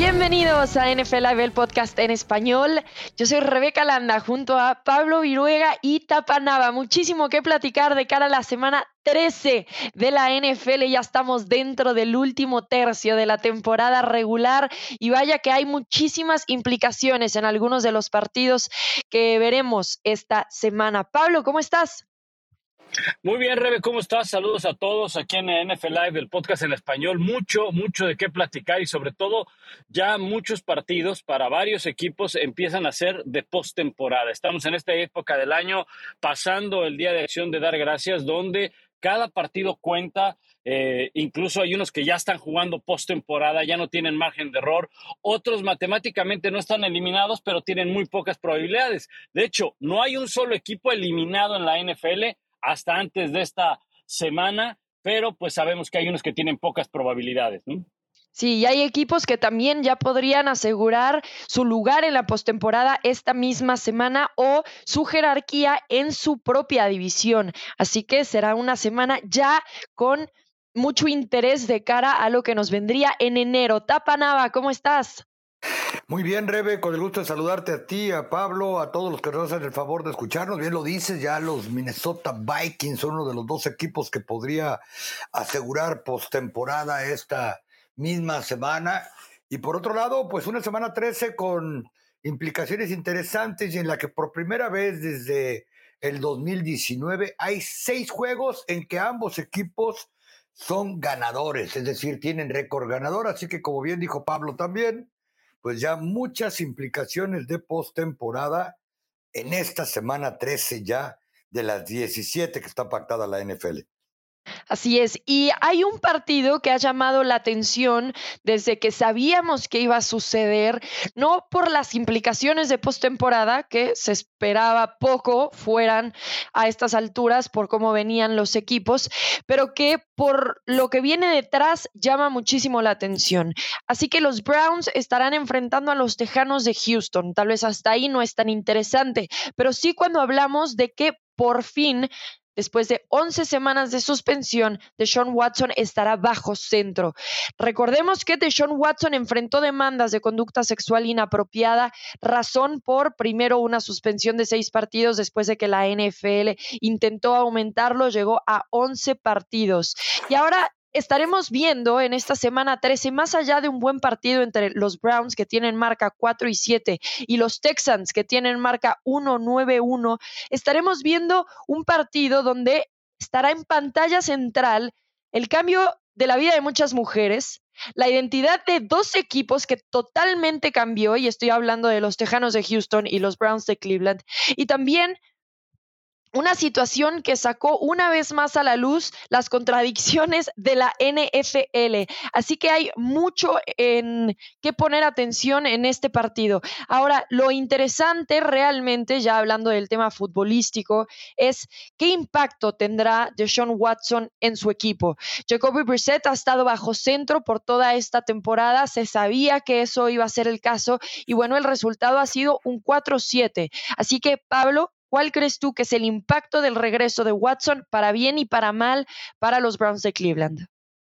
Bienvenidos a NFL Live, el podcast en español. Yo soy Rebeca Landa junto a Pablo Viruega y Tapa Nava. Muchísimo que platicar de cara a la semana 13 de la NFL. Ya estamos dentro del último tercio de la temporada regular y vaya que hay muchísimas implicaciones en algunos de los partidos que veremos esta semana. Pablo, ¿cómo estás? Muy bien, Rebe, ¿cómo estás? Saludos a todos aquí en NFL Live, el podcast en español. Mucho de qué platicar y sobre todo ya muchos partidos para varios equipos empiezan a ser de postemporada. Estamos en esta época del año pasando el Día de Acción de Dar Gracias, donde cada partido cuenta. Incluso hay unos que ya están jugando postemporada, ya no tienen margen de error. Otros matemáticamente no están eliminados, pero tienen muy pocas probabilidades. De hecho, no hay un solo equipo eliminado en la NFL hasta antes de esta semana, pero pues sabemos que hay unos que tienen pocas probabilidades, ¿no? Sí, y hay equipos que también ya podrían asegurar su lugar en la postemporada esta misma semana o su jerarquía en su propia división. Así que será una semana ya con mucho interés de cara a lo que nos vendría en enero. Tapa Nava, ¿cómo estás? Muy bien, Rebe, con el gusto de saludarte a ti, a Pablo, a todos los que nos hacen el favor de escucharnos. Bien lo dices, ya los Minnesota Vikings son uno de los dos equipos que podría asegurar postemporada esta misma semana. Y por otro lado, pues una semana 13 con implicaciones interesantes y en la que por primera vez desde el 2019 hay 6 juegos en que ambos equipos son ganadores, es decir, tienen récord ganador. Así que, como bien dijo Pablo también, pues ya muchas implicaciones de postemporada en esta semana 13 ya de las 17 que está pactada la NFL. Así es, y hay un partido que ha llamado la atención desde que sabíamos que iba a suceder, no por las implicaciones de postemporada, que se esperaba poco fueran a estas alturas por cómo venían los equipos, pero que por lo que viene detrás llama muchísimo la atención. Así que los Browns estarán enfrentando a los Tejanos de Houston. Tal vez hasta ahí no es tan interesante, pero sí cuando hablamos de que por fin, después de 11 semanas de suspensión, Deshaun Watson estará bajo centro. Recordemos que Deshaun Watson enfrentó demandas de conducta sexual inapropiada, razón por, primero, una suspensión de 6 partidos después de que la NFL intentó aumentarlo, llegó a 11 partidos. Y ahora estaremos viendo en esta semana 13, más allá de un buen partido entre los Browns, que tienen marca 4-7, y los Texans, que tienen marca 1-9-1, estaremos viendo un partido donde estará en pantalla central el cambio de la vida de muchas mujeres, la identidad de dos equipos que totalmente cambió, y estoy hablando de los Tejanos de Houston y los Browns de Cleveland, y también una situación que sacó una vez más a la luz las contradicciones de la NFL. Así que hay mucho en qué poner atención en este partido. Ahora, lo interesante realmente, ya hablando del tema futbolístico, es qué impacto tendrá Deshaun Watson en su equipo. Jacoby Brissett ha estado bajo centro por toda esta temporada. Se sabía que eso iba a ser el caso y bueno, el resultado ha sido un 4-7. Así que, Pablo, ¿cuál crees tú que es el impacto del regreso de Watson, para bien y para mal, para los Browns de Cleveland?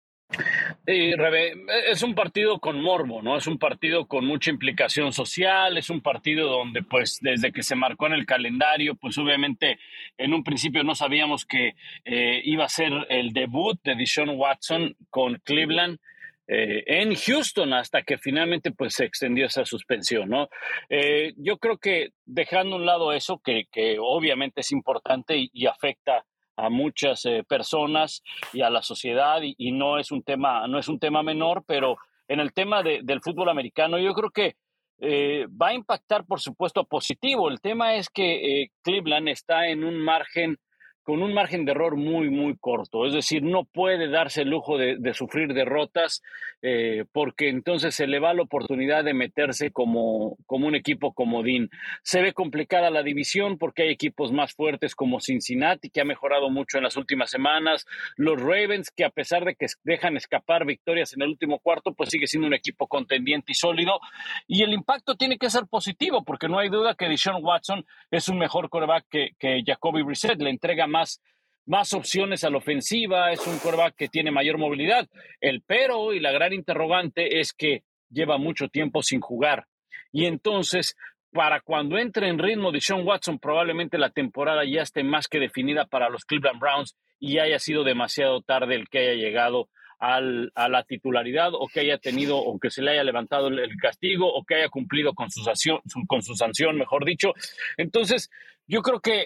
Sí, Rebe, es un partido con morbo, ¿no? Es un partido con mucha implicación social, es un partido donde, pues, desde que se marcó en el calendario, pues, obviamente, en un principio no sabíamos que iba a ser el debut de Deshaun Watson con Cleveland en Houston, hasta que finalmente, pues, se extendió esa suspensión, ¿no? Yo creo que dejando a un lado eso, que obviamente es importante y afecta a muchas personas y a la sociedad y no es un tema menor, pero en el tema del fútbol americano yo creo que va a impactar, por supuesto, positivo. El tema es que Cleveland está en un margen, con un margen de error muy corto, es decir, no puede darse el lujo de sufrir derrotas porque entonces se le va la oportunidad de meterse como un equipo comodín. Se ve complicada la división porque hay equipos más fuertes como Cincinnati, que ha mejorado mucho en las últimas semanas, los Ravens, que a pesar de que dejan escapar victorias en el último cuarto, pues sigue siendo un equipo contendiente y sólido, y el impacto tiene que ser positivo, porque no hay duda que Deshaun Watson es un mejor quarterback que Jacoby Brissett, le entrega más opciones a la ofensiva, es un quarterback que tiene mayor movilidad. El pero y la gran interrogante es que lleva mucho tiempo sin jugar. Y entonces, para cuando entre en ritmo Deshaun Watson, probablemente la temporada ya esté más que definida para los Cleveland Browns y haya sido demasiado tarde el que haya llegado a la titularidad, o que haya tenido, o que se le haya levantado el castigo, o que haya cumplido con su sanción, mejor dicho. Entonces, yo creo que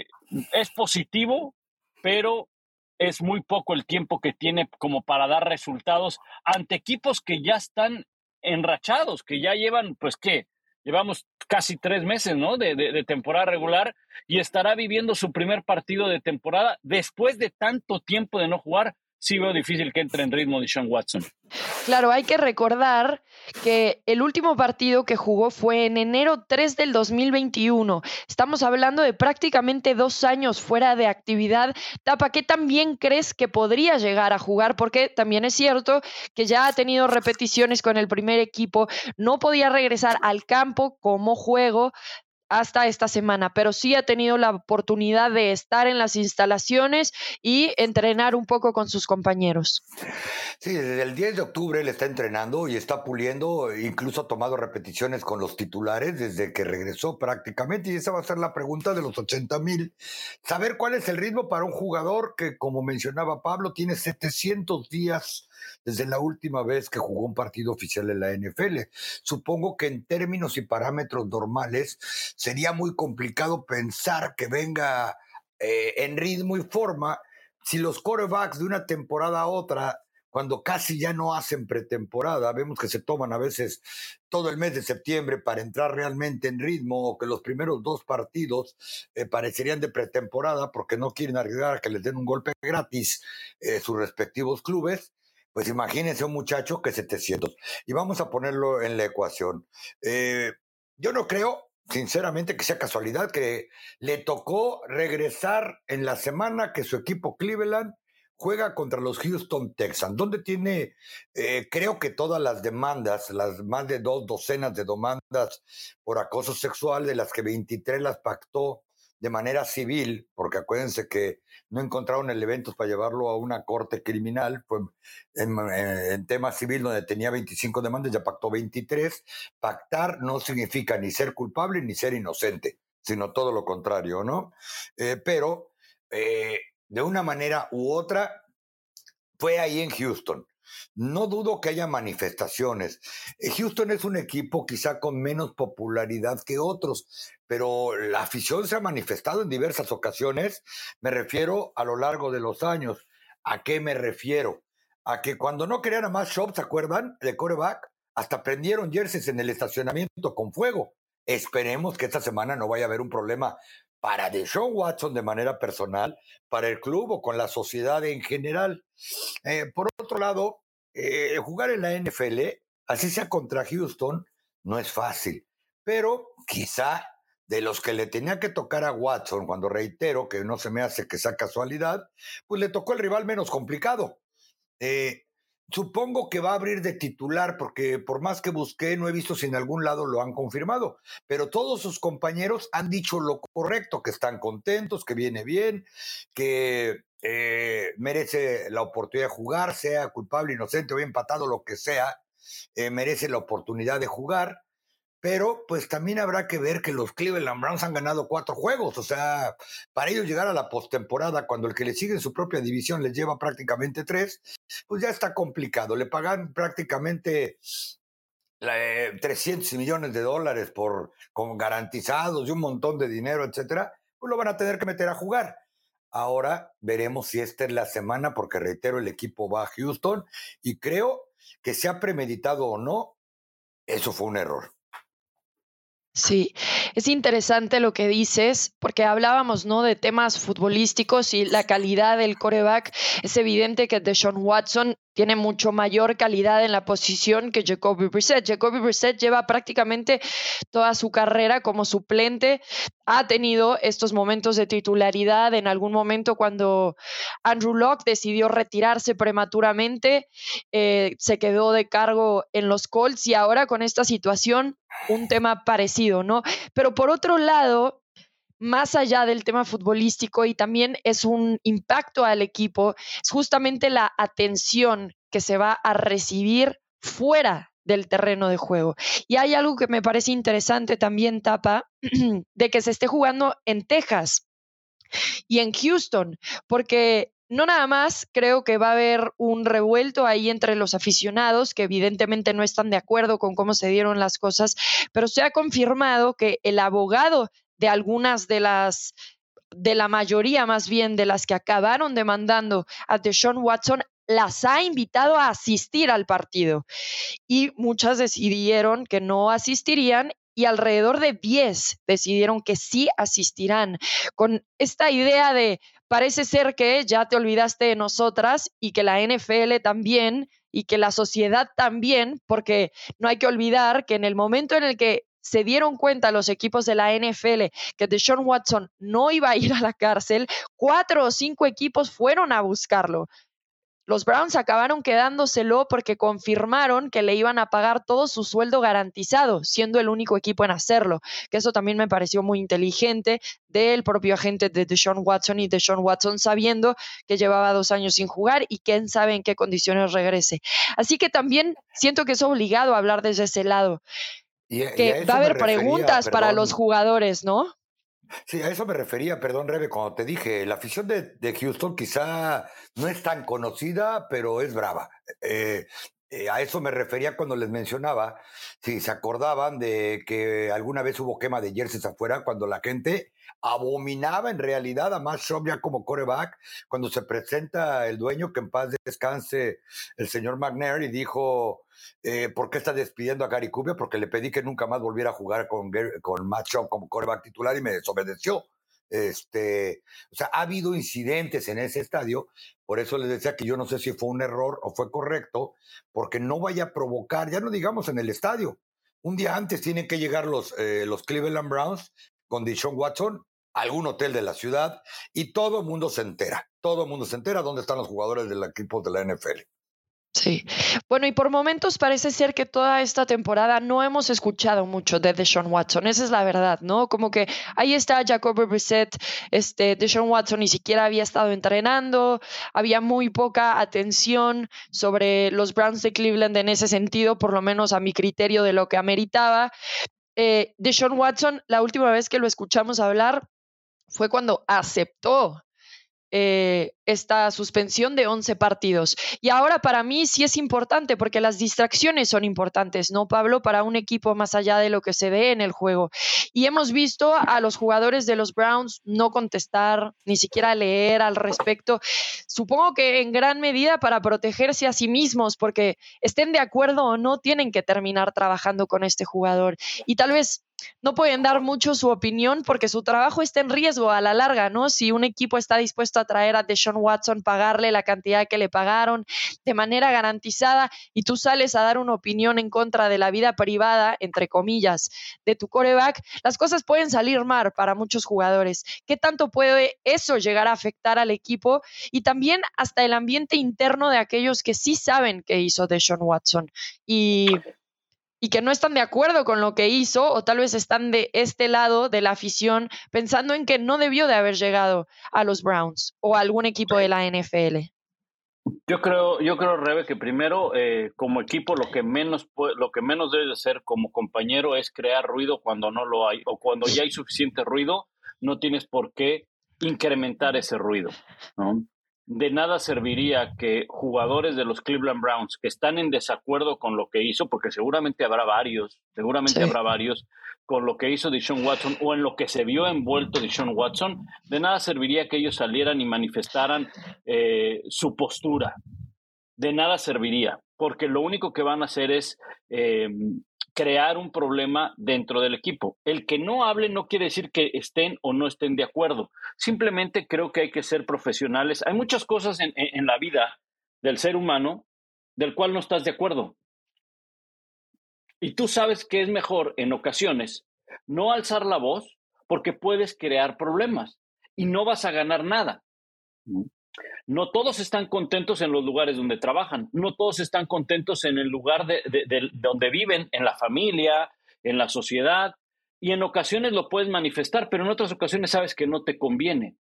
es positivo, pero es muy poco el tiempo que tiene como para dar resultados ante equipos que ya están enrachados, que ya llevan, pues, ¿qué? Llevamos casi 3 meses, ¿no? De temporada regular, y estará viviendo su primer partido de temporada después de tanto tiempo de no jugar. Sí veo difícil que entre en ritmo Deshaun Watson. Claro, hay que recordar que el último partido que jugó fue en enero 3 del 2021. Estamos hablando de prácticamente 2 años fuera de actividad. Tapa, ¿qué también crees que podría llegar a jugar? Porque también es cierto que ya ha tenido repeticiones con el primer equipo, no podía regresar al campo como juego hasta esta semana, pero sí ha tenido la oportunidad de estar en las instalaciones y entrenar un poco con sus compañeros. Sí, desde el 10 de octubre él está entrenando y está puliendo, incluso ha tomado repeticiones con los titulares desde que regresó prácticamente, y esa va a ser la pregunta de los 80,000. Saber cuál es el ritmo para un jugador que, como mencionaba Pablo, tiene 700 días desde la última vez que jugó un partido oficial en la NFL. Supongo que en términos y parámetros normales sería muy complicado pensar que venga en ritmo y forma si los quarterbacks de una temporada a otra, cuando casi ya no hacen pretemporada, vemos que se toman a veces todo el mes de septiembre para entrar realmente en ritmo, o que los primeros 2 partidos parecerían de pretemporada porque no quieren arriesgar a que les den un golpe gratis sus respectivos clubes. Pues imagínense un muchacho que 700. Y vamos a ponerlo en la ecuación. Yo no creo, sinceramente, que sea casualidad que le tocó regresar en la semana que su equipo Cleveland juega contra los Houston Texans, donde tiene, creo que todas las demandas, las más de 2 docenas de demandas por acoso sexual, de las que 23 las pactó de manera civil, porque acuérdense que no encontraron elementos para llevarlo a una corte criminal, fue en tema civil donde tenía 25 demandas, ya pactó 23. Pactar no significa ni ser culpable ni ser inocente, sino todo lo contrario, ¿no? Pero de una manera u otra fue ahí en Houston. No dudo que haya manifestaciones. Houston es un equipo quizá con menos popularidad que otros, pero la afición se ha manifestado en diversas ocasiones. Me refiero a lo largo de los años. ¿A qué me refiero? A que cuando no querían a más shops, ¿se acuerdan? De quarterback, hasta prendieron jerseys en el estacionamiento con fuego. Esperemos que esta semana no vaya a haber un problema para Deshaun Watson de manera personal, para el club o con la sociedad en general. Por otro lado, jugar en la NFL, así sea contra Houston, no es fácil. Pero quizá de los que le tenía que tocar a Watson, cuando reitero que no se me hace que sea casualidad, pues le tocó el rival menos complicado. Supongo que va a abrir de titular, porque por más que busqué, no he visto si en algún lado lo han confirmado, pero todos sus compañeros han dicho lo correcto, que están contentos, que viene bien, que merece la oportunidad de jugar, sea culpable, inocente o bien empatado, lo que sea, merece la oportunidad de jugar. Pero pues también habrá que ver que los Cleveland Browns han ganado 4 juegos, o sea, para ellos llegar a la postemporada cuando el que le sigue en su propia división les lleva prácticamente 3, pues ya está complicado. Le pagan prácticamente 300 millones de dólares con garantizados y un montón de dinero, etcétera, pues lo van a tener que meter a jugar. Ahora veremos si esta es la semana, porque reitero, el equipo va a Houston y creo que sea premeditado o no, eso fue un error. Sí, es interesante lo que dices, porque hablábamos, ¿no?, de temas futbolísticos y la calidad del quarterback. Es evidente que Deshaun Watson tiene mucho mayor calidad en la posición que Jacoby Brissett. Jacoby Brissett lleva prácticamente toda su carrera como suplente. Ha tenido estos momentos de titularidad en algún momento cuando Andrew Luck decidió retirarse prematuramente, se quedó de cargo en los Colts, y ahora con esta situación un tema parecido, ¿no? Pero por otro lado, más allá del tema futbolístico, y también es un impacto al equipo, es justamente la atención que se va a recibir fuera del terreno de juego. Y hay algo que me parece interesante también, Tapa, de que se esté jugando en Texas y en Houston, porque no nada más creo que va a haber un revuelto ahí entre los aficionados que evidentemente no están de acuerdo con cómo se dieron las cosas, pero se ha confirmado que el abogado de algunas de la mayoría más bien de las que acabaron demandando a Deshaun Watson las ha invitado a asistir al partido y muchas decidieron que no asistirían y alrededor de 10 decidieron que sí asistirán, con esta idea de parece ser que ya te olvidaste de nosotras y que la NFL también y que la sociedad también, porque no hay que olvidar que en el momento en el que se dieron cuenta los equipos de la NFL que Deshaun Watson no iba a ir a la cárcel, 4 o 5 equipos fueron a buscarlo. Los Browns acabaron quedándoselo porque confirmaron que le iban a pagar todo su sueldo garantizado, siendo el único equipo en hacerlo, que eso también me pareció muy inteligente del propio agente de Deshaun Watson y Deshaun Watson sabiendo que llevaba 2 años sin jugar y quién sabe en qué condiciones regrese. Así que también siento que es obligado a hablar desde ese lado, Y a que va a eso me haber refería, preguntas para los perdón. jugadores, ¿no? Sí, a eso me refería, perdón, Rebe, cuando te dije, la afición de Houston quizá no es tan conocida, pero es brava. A eso me refería cuando les mencionaba, si se acordaban de que alguna vez hubo quema de jerseys afuera, cuando la gente abominaba en realidad a Matt Schaub ya como quarterback, cuando se presenta el dueño, que en paz descanse el señor McNair, y dijo, ¿por qué está despidiendo a Gary Kubiak? Porque le pedí que nunca más volviera a jugar con Matt Schaub como quarterback titular y me desobedeció. O sea, ha habido incidentes en ese estadio, por eso les decía que yo no sé si fue un error o fue correcto, porque no vaya a provocar, ya no digamos en el estadio, un día antes tienen que llegar los Cleveland Browns con Deshaun Watson a algún hotel de la ciudad y todo el mundo se entera dónde están los jugadores del equipo de la NFL. Sí. Bueno, y por momentos parece ser que toda esta temporada no hemos escuchado mucho de Deshaun Watson. Esa es la verdad, ¿no? Como que ahí está Jacoby Brissett, Deshaun Watson ni siquiera había estado entrenando, había muy poca atención sobre los Browns de Cleveland en ese sentido, por lo menos a mi criterio de lo que ameritaba. Deshaun Watson, la última vez que lo escuchamos hablar fue cuando aceptó esta suspensión de 11 partidos. Y ahora para mí sí es importante porque las distracciones son importantes, ¿no, Pablo? Para un equipo más allá de lo que se ve en el juego. Y hemos visto a los jugadores de los Browns no contestar, ni siquiera leer al respecto. Supongo que en gran medida para protegerse a sí mismos, porque estén de acuerdo o no, tienen que terminar trabajando con este jugador. Y tal vez no pueden dar mucho su opinión porque su trabajo está en riesgo a la larga, ¿no? Si un equipo está dispuesto a traer a Deshaun Watson, pagarle la cantidad que le pagaron de manera garantizada y tú sales a dar una opinión en contra de la vida privada, entre comillas, de tu quarterback, las cosas pueden salir mal para muchos jugadores. ¿Qué tanto puede eso llegar a afectar al equipo y también hasta el ambiente interno de aquellos que sí saben qué hizo Deshaun Watson? Y que no están de acuerdo con lo que hizo o tal vez están de este lado de la afición pensando en que no debió de haber llegado a los Browns o a algún equipo de la NFL. Yo creo, Rebe, que primero, como equipo, lo que menos debes de hacer como compañero es crear ruido cuando no lo hay, o cuando ya hay suficiente ruido, no tienes por qué incrementar ese ruido, ¿no? De nada serviría que jugadores de los Cleveland Browns que están en desacuerdo con lo que hizo, porque seguramente habrá varios con lo que hizo Deshaun Watson o en lo que se vio envuelto Deshaun Watson, de nada serviría que ellos salieran y manifestaran su postura. De nada serviría, porque lo único que van a hacer es crear un problema dentro del equipo. El que no hable no quiere decir que estén o no estén de acuerdo. Simplemente creo que hay que ser profesionales. Hay muchas cosas en la vida del ser humano del cual no estás de acuerdo. Y tú sabes que es mejor en ocasiones no alzar la voz porque puedes crear problemas y no vas a ganar nada. No todos están contentos en los lugares donde trabajan, no todos están contentos en el lugar de donde viven, en la familia, en la sociedad, y en ocasiones lo puedes manifestar, pero en otras ocasiones sabes que no te conviene.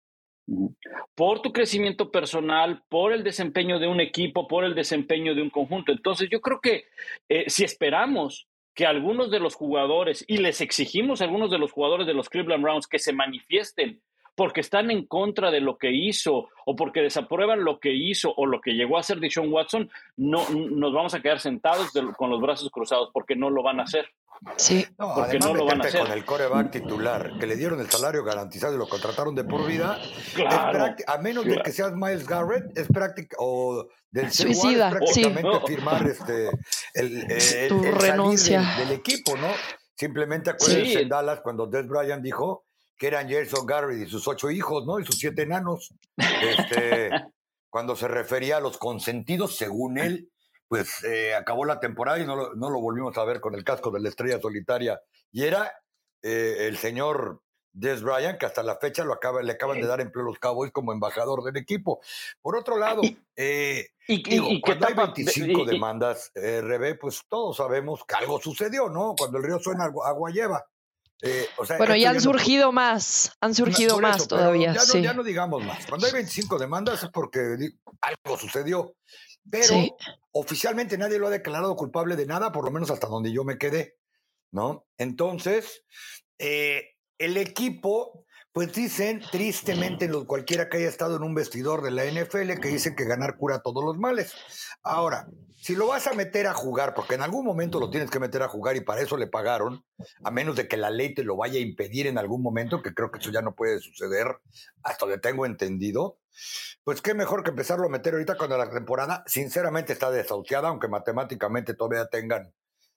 por tu crecimiento personal, por el desempeño de un equipo, por el desempeño de un conjunto. Entonces, yo creo que si esperamos que algunos de los jugadores, y les exigimos a algunos de los jugadores de los Cleveland Browns que se manifiesten porque están en contra de lo que hizo o porque desaprueban lo que hizo o lo que llegó a hacer Deshaun Watson, no nos vamos a quedar sentados con los brazos cruzados porque no lo van a hacer. Sí. No, porque además no lo van a hacer. Con el quarterback titular, que le dieron el salario garantizado y lo contrataron de por vida, claro, a menos de que seas Myles Garrett, es práctica, o del suicida, es prácticamente firmar tu renuncia del equipo, ¿no? Simplemente acuérdense en Dallas cuando Dez Bryant dijo que eran Jason Garrett y sus 8 hijos, ¿no? Y sus 7 enanos. Cuando se refería a los consentidos, según él, pues acabó la temporada y no lo volvimos a ver con el casco de la estrella solitaria. Y era el señor Dez Bryant, que hasta la fecha le acaban de dar empleo a los Cowboys como embajador del equipo. Por otro lado, cuando hay 25 demandas, Rebe, pues todos sabemos que algo sucedió, ¿no? Cuando el río suena, agua lleva. Bueno, ya han surgido más todavía. Ya no digamos más. Cuando hay 25 demandas es porque algo sucedió. Pero oficialmente nadie lo ha declarado culpable de nada, por lo menos hasta donde yo me quedé, ¿no? Entonces, el equipo, pues dicen tristemente, cualquiera que haya estado en un vestidor de la NFL, que dicen que ganar cura todos los males. Ahora, si lo vas a meter a jugar, porque en algún momento lo tienes que meter a jugar y para eso le pagaron, a menos de que la ley te lo vaya a impedir en algún momento, que creo que eso ya no puede suceder, hasta donde tengo entendido, pues qué mejor que empezarlo a meter ahorita cuando la temporada sinceramente está desahuciada, aunque matemáticamente todavía tengan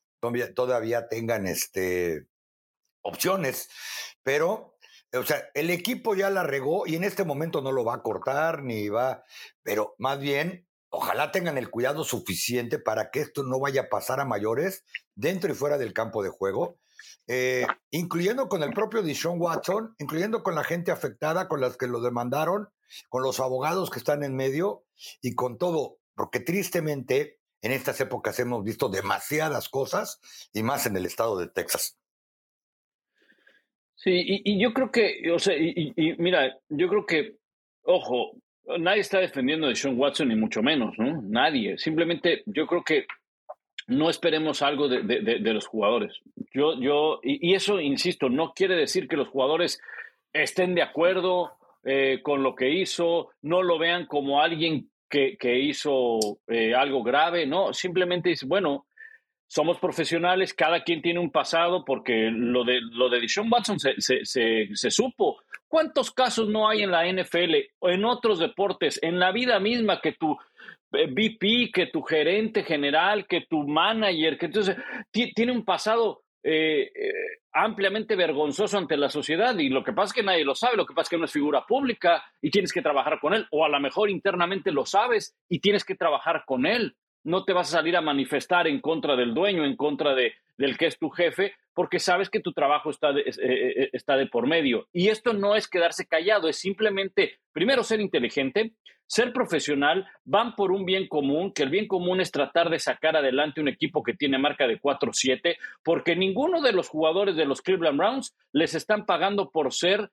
opciones, pero o sea, el equipo ya la regó y en este momento no lo va a cortar pero más bien ojalá tengan el cuidado suficiente para que esto no vaya a pasar a mayores dentro y fuera del campo de juego, incluyendo con el propio Deshaun Watson, incluyendo con la gente afectada, con las que lo demandaron, con los abogados que están en medio y con todo, porque tristemente en estas épocas hemos visto demasiadas cosas y más en el estado de Texas. Sí, y yo creo que, mira, yo creo que, ojo, nadie está defendiendo a Deshaun Watson, ni mucho menos, ¿no? Nadie. Simplemente yo creo que no esperemos algo de los jugadores. Y eso, insisto, no quiere decir que los jugadores estén de acuerdo con lo que hizo, no lo vean como alguien que hizo algo grave, no, simplemente dice, bueno, somos profesionales, cada quien tiene un pasado, porque lo de Deshaun Watson se supo. ¿Cuántos casos no hay en la NFL o en otros deportes, en la vida misma, que tu VP, que tu gerente general, que tu manager, que entonces tiene un pasado ampliamente vergonzoso ante la sociedad? Y lo que pasa es que nadie lo sabe, lo que pasa es que no es figura pública y tienes que trabajar con él, o a lo mejor internamente lo sabes y tienes que trabajar con él. No te vas a salir a manifestar en contra del dueño, en contra del que es tu jefe, porque sabes que tu trabajo está de por medio. Y esto no es quedarse callado, es simplemente, primero, ser inteligente, ser profesional, van por un bien común, que el bien común es tratar de sacar adelante un equipo que tiene marca de 4-7, porque ninguno de los jugadores de los Cleveland Browns les están pagando por ser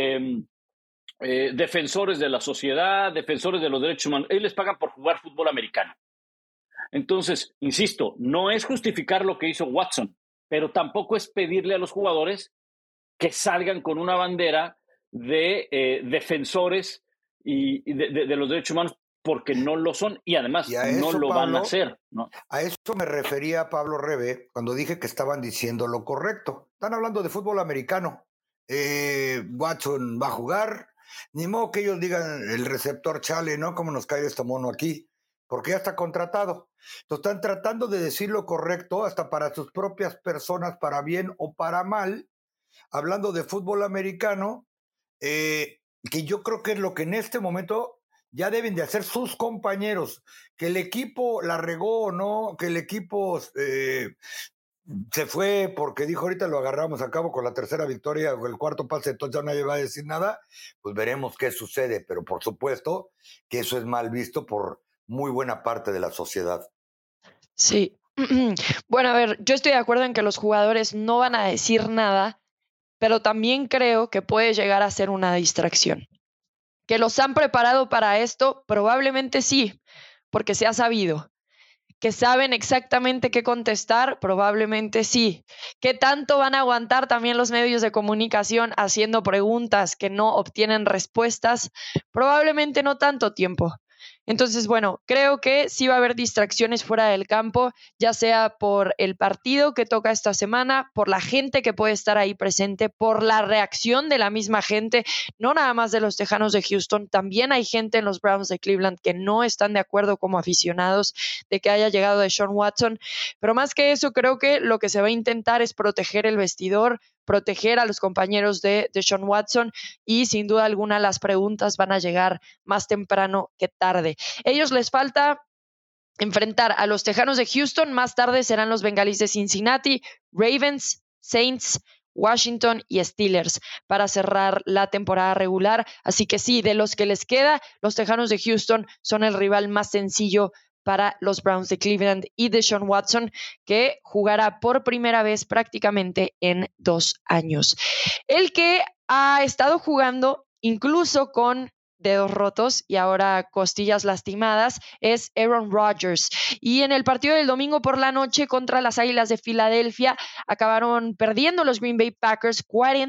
defensores de la sociedad, defensores de los derechos humanos. Ellos les pagan por jugar fútbol americano. Entonces, insisto, no es justificar lo que hizo Watson, pero tampoco es pedirle a los jugadores que salgan con una bandera de defensores y de los derechos humanos, porque no lo son y además no lo van a hacer, ¿no? A eso me refería Pablo Rebe cuando dije que estaban diciendo lo correcto. Están hablando de fútbol americano. Watson va a jugar, ni modo que ellos digan el receptor chale, ¿no? ¿Cómo nos cae este mono aquí? Porque ya está contratado. Entonces están tratando de decir lo correcto hasta para sus propias personas, para bien o para mal, hablando de fútbol americano, que yo creo que es lo que en este momento ya deben de hacer sus compañeros. Que el equipo la regó o no, que el equipo se fue porque dijo ahorita lo agarramos a cabo con la tercera victoria o el cuarto pase, entonces ya nadie va a decir nada, pues veremos qué sucede, pero por supuesto que eso es mal visto por muy buena parte de la sociedad. Sí. Bueno, a ver, yo estoy de acuerdo en que los jugadores no van a decir nada, pero también creo que puede llegar a ser una distracción. ¿Que los han preparado para esto? Probablemente sí, porque se ha sabido. ¿Que saben exactamente qué contestar? Probablemente sí. ¿Qué tanto van a aguantar también los medios de comunicación haciendo preguntas que no obtienen respuestas? Probablemente no tanto tiempo. Entonces, bueno, creo que sí va a haber distracciones fuera del campo, ya sea por el partido que toca esta semana, por la gente que puede estar ahí presente, por la reacción de la misma gente, no nada más de los Tejanos de Houston, también hay gente en los Browns de Cleveland que no están de acuerdo como aficionados de que haya llegado Deshaun Watson, pero más que eso, creo que lo que se va a intentar es proteger el vestidor, proteger a los compañeros de Deshaun Watson y sin duda alguna las preguntas van a llegar más temprano que tarde. Ellos les falta enfrentar a los Tejanos de Houston, más tarde serán los Bengalíes de Cincinnati, Ravens, Saints, Washington y Steelers para cerrar la temporada regular. Así que sí, de los que les queda, los Tejanos de Houston son el rival más sencillo para los Browns de Cleveland y Deshaun Watson, que jugará por primera vez prácticamente en 2 años. El que ha estado jugando incluso con dedos rotos y ahora costillas lastimadas es Aaron Rodgers. Y en el partido del domingo por la noche contra las Águilas de Filadelfia acabaron perdiendo los Green Bay Packers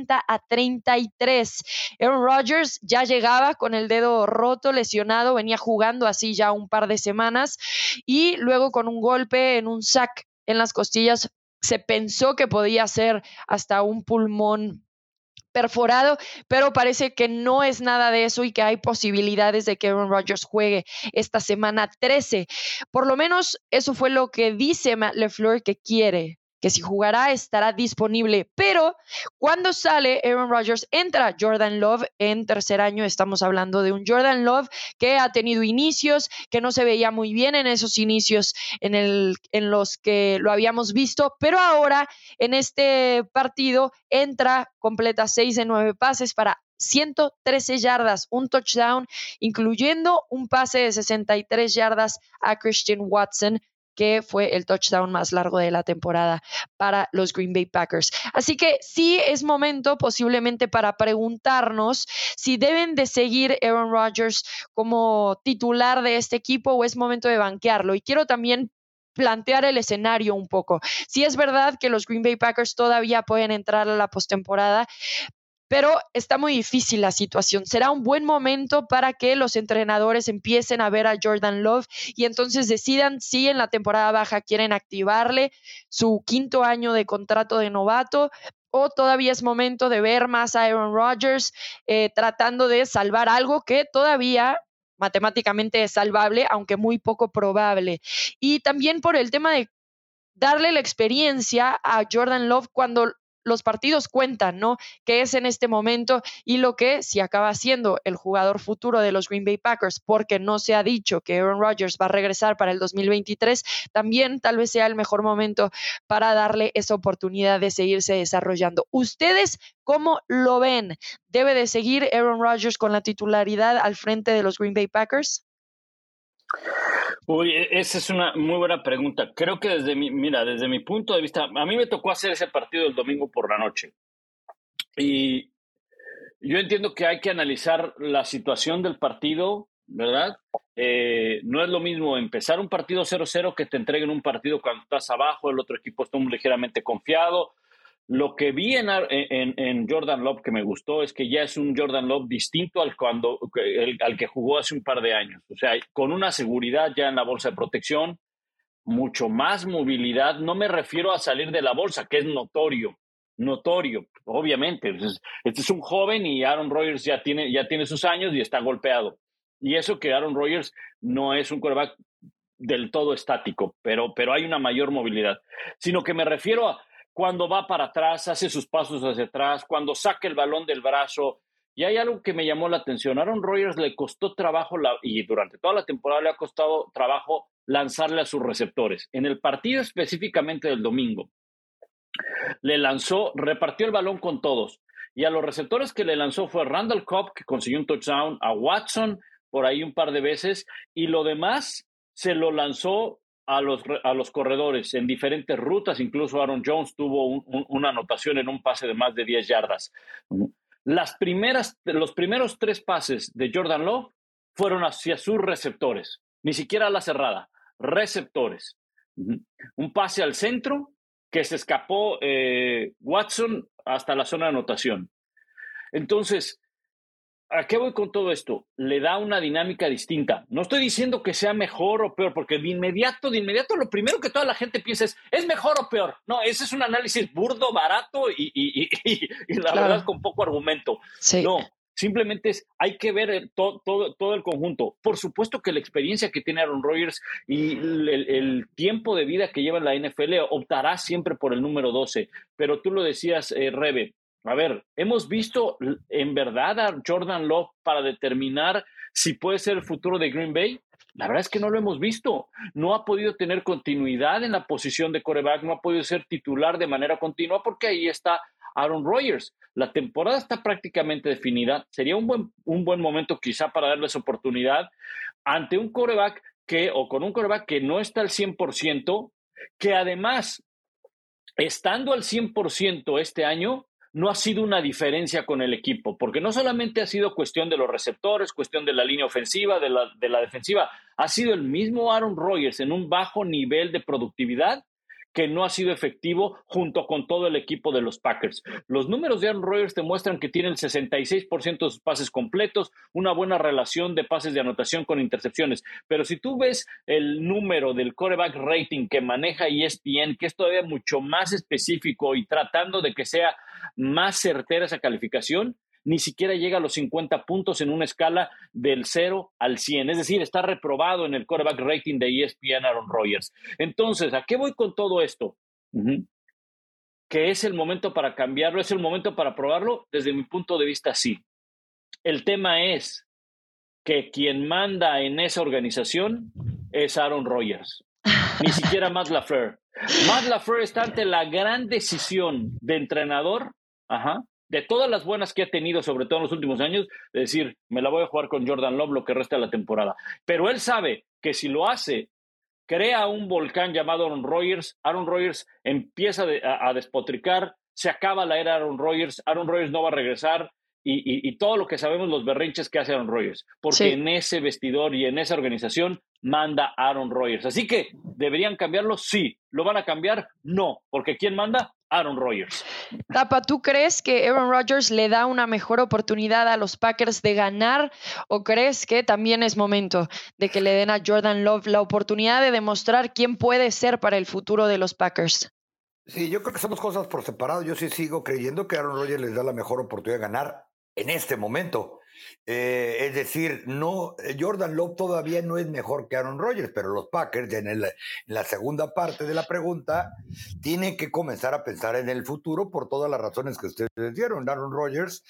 40-33. Aaron Rodgers ya llegaba con el dedo roto, lesionado, venía jugando así ya un par de semanas y luego con un golpe en un sack en las costillas se pensó que podía ser hasta un pulmón perforado, pero parece que no es nada de eso y que hay posibilidades de que Aaron Rodgers juegue esta semana 13. Por lo menos eso fue lo que dice Matt LaFleur que quiere, que si jugará estará disponible, pero cuando sale Aaron Rodgers entra Jordan Love en tercer año. Estamos hablando de un Jordan Love que ha tenido inicios, que no se veía muy bien en esos inicios en los que lo habíamos visto, pero ahora en este partido entra, completa 6 de 9 pases para 113 yardas, un touchdown, incluyendo un pase de 63 yardas a Christian Watson, que fue el touchdown más largo de la temporada para los Green Bay Packers. Así que sí es momento posiblemente para preguntarnos si deben de seguir Aaron Rodgers como titular de este equipo o es momento de banquearlo. Y quiero también plantear el escenario un poco. Sí es verdad que los Green Bay Packers todavía pueden entrar a la postemporada, pero está muy difícil la situación. Será un buen momento para que los entrenadores empiecen a ver a Jordan Love y entonces decidan si en la temporada baja quieren activarle su 5º año de contrato de novato o todavía es momento de ver más a Aaron Rodgers tratando de salvar algo que todavía matemáticamente es salvable, aunque muy poco probable. Y también por el tema de darle la experiencia a Jordan Love cuando los partidos cuentan, ¿no? Que es en este momento y lo que si acaba siendo el jugador futuro de los Green Bay Packers, porque no se ha dicho que Aaron Rodgers va a regresar para el 2023, también tal vez sea el mejor momento para darle esa oportunidad de seguirse desarrollando. ¿Ustedes cómo lo ven? ¿Debe de seguir Aaron Rodgers con la titularidad al frente de los Green Bay Packers? Uy, esa es una muy buena pregunta. Creo que desde mi punto de vista, a mí me tocó hacer ese partido el domingo por la noche. Y yo entiendo que hay que analizar la situación del partido, ¿verdad? No es lo mismo empezar un partido 0-0 que te entreguen un partido cuando estás abajo, el otro equipo está ligeramente confiado. Lo que vi en Jordan Love que me gustó es que ya es un Jordan Love distinto al que jugó hace un par de años. O sea, con una seguridad ya en la bolsa de protección, mucho más movilidad. No me refiero a salir de la bolsa, que es notorio, obviamente. Este es un joven y Aaron Rodgers ya tiene sus años y está golpeado. Y eso que Aaron Rodgers no es un quarterback del todo estático, pero hay una mayor movilidad. Sino que me refiero a cuando va para atrás, hace sus pasos hacia atrás, cuando saca el balón del brazo. Y hay algo que me llamó la atención. A Aaron Rodgers le costó trabajo, y durante toda la temporada le ha costado trabajo lanzarle a sus receptores. En el partido específicamente del domingo, repartió el balón con todos. Y a los receptores que le lanzó fue Randall Cobb, que consiguió un touchdown, a Watson por ahí un par de veces, y lo demás se lo lanzó a los corredores en diferentes rutas. Incluso Aaron Jones tuvo una anotación en un pase de más de 10 yardas. los primeros 3 pases de Jordan Love fueron hacia sus receptores, ni siquiera a la cerrada, receptores. Un pase al centro que se escapó Watson hasta la zona de anotación. Entonces, ¿a qué voy con todo esto? Le da una dinámica distinta. No estoy diciendo que sea mejor o peor, porque de inmediato, lo primero que toda la gente piensa es mejor o peor. No, ese es un análisis burdo, barato y la verdad con poco argumento. Sí. No, simplemente hay que ver todo el conjunto. Por supuesto que la experiencia que tiene Aaron Rodgers y el tiempo de vida que lleva en la NFL optará siempre por el número 12. Pero tú lo decías, Rebe. A ver, ¿hemos visto en verdad a Jordan Love para determinar si puede ser el futuro de Green Bay? La verdad es que no lo hemos visto. No ha podido tener continuidad en la posición de quarterback, no ha podido ser titular de manera continua porque ahí está Aaron Rodgers. La temporada está prácticamente definida. Sería un buen momento quizá para darles oportunidad ante un quarterback con un quarterback que no está al 100%, que además, estando al 100% este año, no ha sido una diferencia con el equipo, porque no solamente ha sido cuestión de los receptores, cuestión de la línea ofensiva, de la defensiva, ha sido el mismo Aaron Rodgers en un bajo nivel de productividad que no ha sido efectivo junto con todo el equipo de los Packers. Los números de Aaron Rodgers te muestran que tiene el 66% de sus pases completos, una buena relación de pases de anotación con intercepciones, pero si tú ves el número del quarterback rating que maneja ESPN, que es todavía mucho más específico y tratando de que sea más certera esa calificación, ni siquiera llega a los 50 puntos en una escala del 0 al 100. Es decir, está reprobado en el quarterback rating de ESPN Aaron Rodgers. Entonces, ¿a qué voy con todo esto? ¿Que es el momento para cambiarlo? ¿Es el momento para probarlo? Desde mi punto de vista, sí. El tema es que quien manda en esa organización es Aaron Rodgers. Ni siquiera Matt LaFleur. Matt LaFleur está ante la gran decisión de entrenador, de todas las buenas que ha tenido, sobre todo en los últimos años, de decir, me la voy a jugar con Jordan Love lo que resta de la temporada. Pero él sabe que si lo hace, crea un volcán llamado Aaron Rodgers empieza a despotricar, se acaba la era Aaron Rodgers no va a regresar, y todo lo que sabemos, los berrinches que hace Aaron Rodgers, porque en ese vestidor y en esa organización manda Aaron Rodgers. Así que, ¿deberían cambiarlo? Sí. ¿Lo van a cambiar? No, porque ¿quién manda? Aaron Rodgers. Tapa, ¿tú crees que Aaron Rodgers le da una mejor oportunidad a los Packers de ganar o crees que también es momento de que le den a Jordan Love la oportunidad de demostrar quién puede ser para el futuro de los Packers? Sí, yo creo que son dos cosas por separado. Yo sí sigo creyendo que Aaron Rodgers les da la mejor oportunidad de ganar en este momento. Es decir, no, Jordan Love todavía no es mejor que Aaron Rodgers, pero los Packers, en la segunda parte de la pregunta, tienen que comenzar a pensar en el futuro por todas las razones que ustedes dieron. Aaron Rodgers,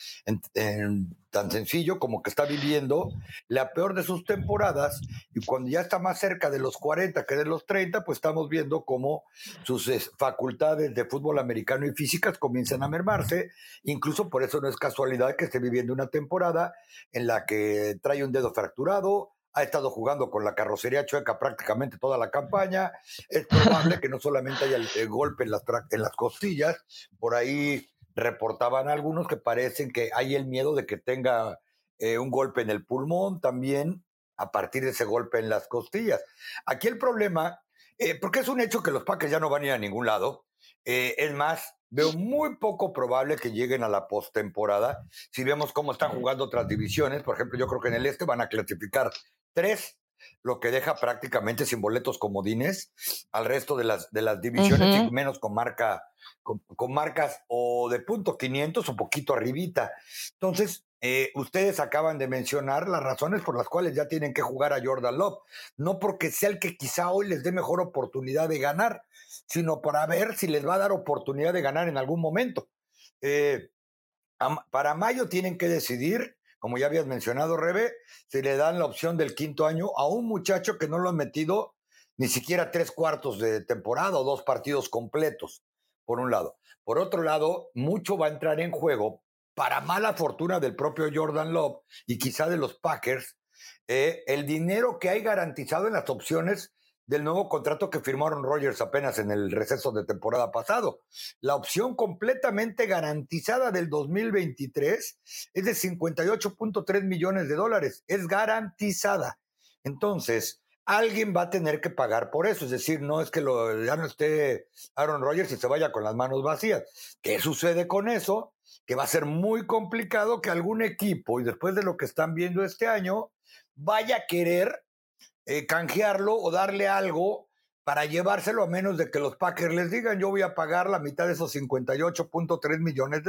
tan sencillo como que está viviendo la peor de sus temporadas, y cuando ya está más cerca de los 40 que de los 30, pues estamos viendo cómo sus facultades de fútbol americano y físicas comienzan a mermarse. Incluso por eso no es casualidad que esté viviendo una temporada en la que trae un dedo fracturado, ha estado jugando con la carrocería chueca prácticamente toda la campaña. Es probable que no solamente haya el golpe en las costillas, por ahí reportaban algunos que parecen que hay el miedo de que tenga un golpe en el pulmón también a partir de ese golpe en las costillas. Aquí el problema, porque es un hecho que los Packers ya no van a ir a ningún lado, es más, veo muy poco probable que lleguen a la postemporada. Si vemos cómo están jugando otras divisiones, por ejemplo, yo creo que en el este van a clasificar 3, lo que deja prácticamente sin boletos comodines al resto de las divisiones, y menos con marcas o de .500 o poquito arribita. Entonces, ustedes acaban de mencionar las razones por las cuales ya tienen que jugar a Jordan Love. No porque sea el que quizá hoy les dé mejor oportunidad de ganar, sino para ver si les va a dar oportunidad de ganar en algún momento. Para mayo tienen que decidir, como ya habías mencionado, Rebe, si le dan la opción del 5º año a un muchacho que no lo han metido ni siquiera 3/4 de temporada o 2 partidos completos, por un lado. Por otro lado, mucho va a entrar en juego, para mala fortuna del propio Jordan Love y quizá de los Packers, el dinero que hay garantizado en las opciones del nuevo contrato que firmó Aaron Rodgers apenas en el receso de temporada pasado. La opción completamente garantizada del 2023 es de $58.3 millones. Es garantizada. Entonces, alguien va a tener que pagar por eso. Es decir, no es que ya no esté Aaron Rodgers y se vaya con las manos vacías. ¿Qué sucede con eso? Que va a ser muy complicado que algún equipo, y después de lo que están viendo este año, vaya a querer canjearlo o darle algo para llevárselo, a menos de que los Packers les digan: yo voy a pagar la mitad de esos $58.3 millones.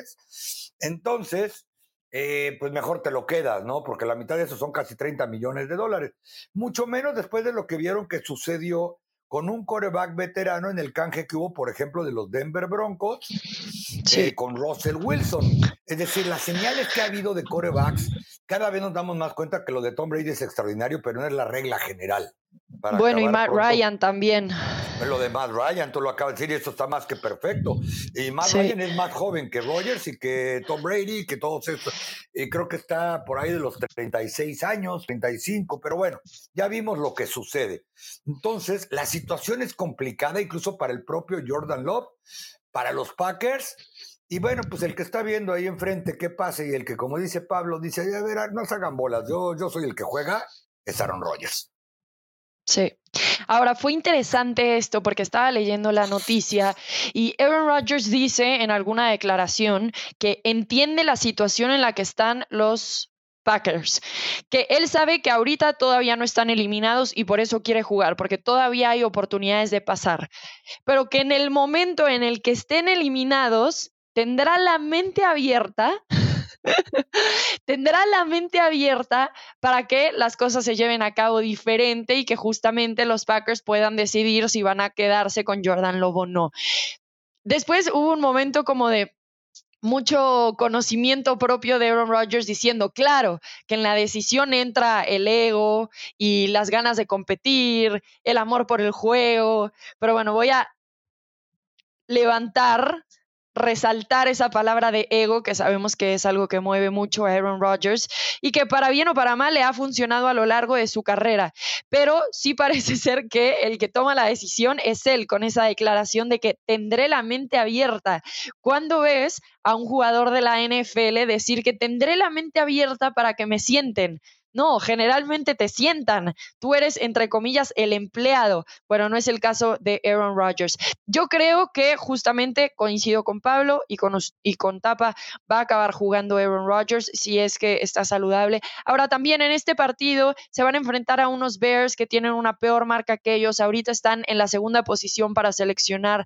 Entonces, pues mejor te lo quedas, ¿no? Porque la mitad de esos son casi $30 millones. Mucho menos después de lo que vieron que sucedió con un quarterback veterano en el canje que hubo, por ejemplo, de los Denver Broncos, Sí. con Russell Wilson. Es decir, las señales que ha habido de quarterbacks, cada vez nos damos más cuenta que lo de Tom Brady es extraordinario, pero no es la regla general. Bueno, y Matt Ryan también. Lo de Matt Ryan, tú lo acabas de decir, y esto está más que perfecto. Y Matt Ryan es más joven que Rodgers y que Tom Brady, que todos estos. Y creo que está por ahí de los 36 años, 35, pero bueno, ya vimos lo que sucede. Entonces, la situación es complicada, incluso para el propio Jordan Love, para los Packers. Y bueno, pues el que está viendo ahí enfrente qué pasa, y el que, como dice Pablo, dice: a ver, no se hagan bolas, yo soy el que juega, es Aaron Rodgers. Sí. Ahora, fue interesante esto porque estaba leyendo la noticia y Aaron Rodgers dice en alguna declaración que entiende la situación en la que están los Packers, que él sabe que ahorita todavía no están eliminados y por eso quiere jugar, porque todavía hay oportunidades de pasar, pero que en el momento en el que estén eliminados tendrá la mente abierta tendrá la mente abierta para que las cosas se lleven a cabo diferente y que justamente los Packers puedan decidir si van a quedarse con Jordan Love o no. Después hubo un momento como de mucho conocimiento propio de Aaron Rodgers diciendo, claro, que en la decisión entra el ego y las ganas de competir, el amor por el juego, pero bueno, voy a resaltar esa palabra de ego, que sabemos que es algo que mueve mucho a Aaron Rodgers y que para bien o para mal le ha funcionado a lo largo de su carrera. Pero sí parece ser que el que toma la decisión es él, con esa declaración de que tendré la mente abierta. ¿Cuándo ves a un jugador de la NFL decir que tendré la mente abierta para que me sienten? No, generalmente te sientan. Tú eres, entre comillas, el empleado. Bueno, no es el caso de Aaron Rodgers. Yo creo que justamente coincido con Pablo y con Tapa, va a acabar jugando Aaron Rodgers si es que está saludable. Ahora también en este partido se van a enfrentar a unos Bears que tienen una peor marca que ellos. Ahorita están en la segunda posición para seleccionar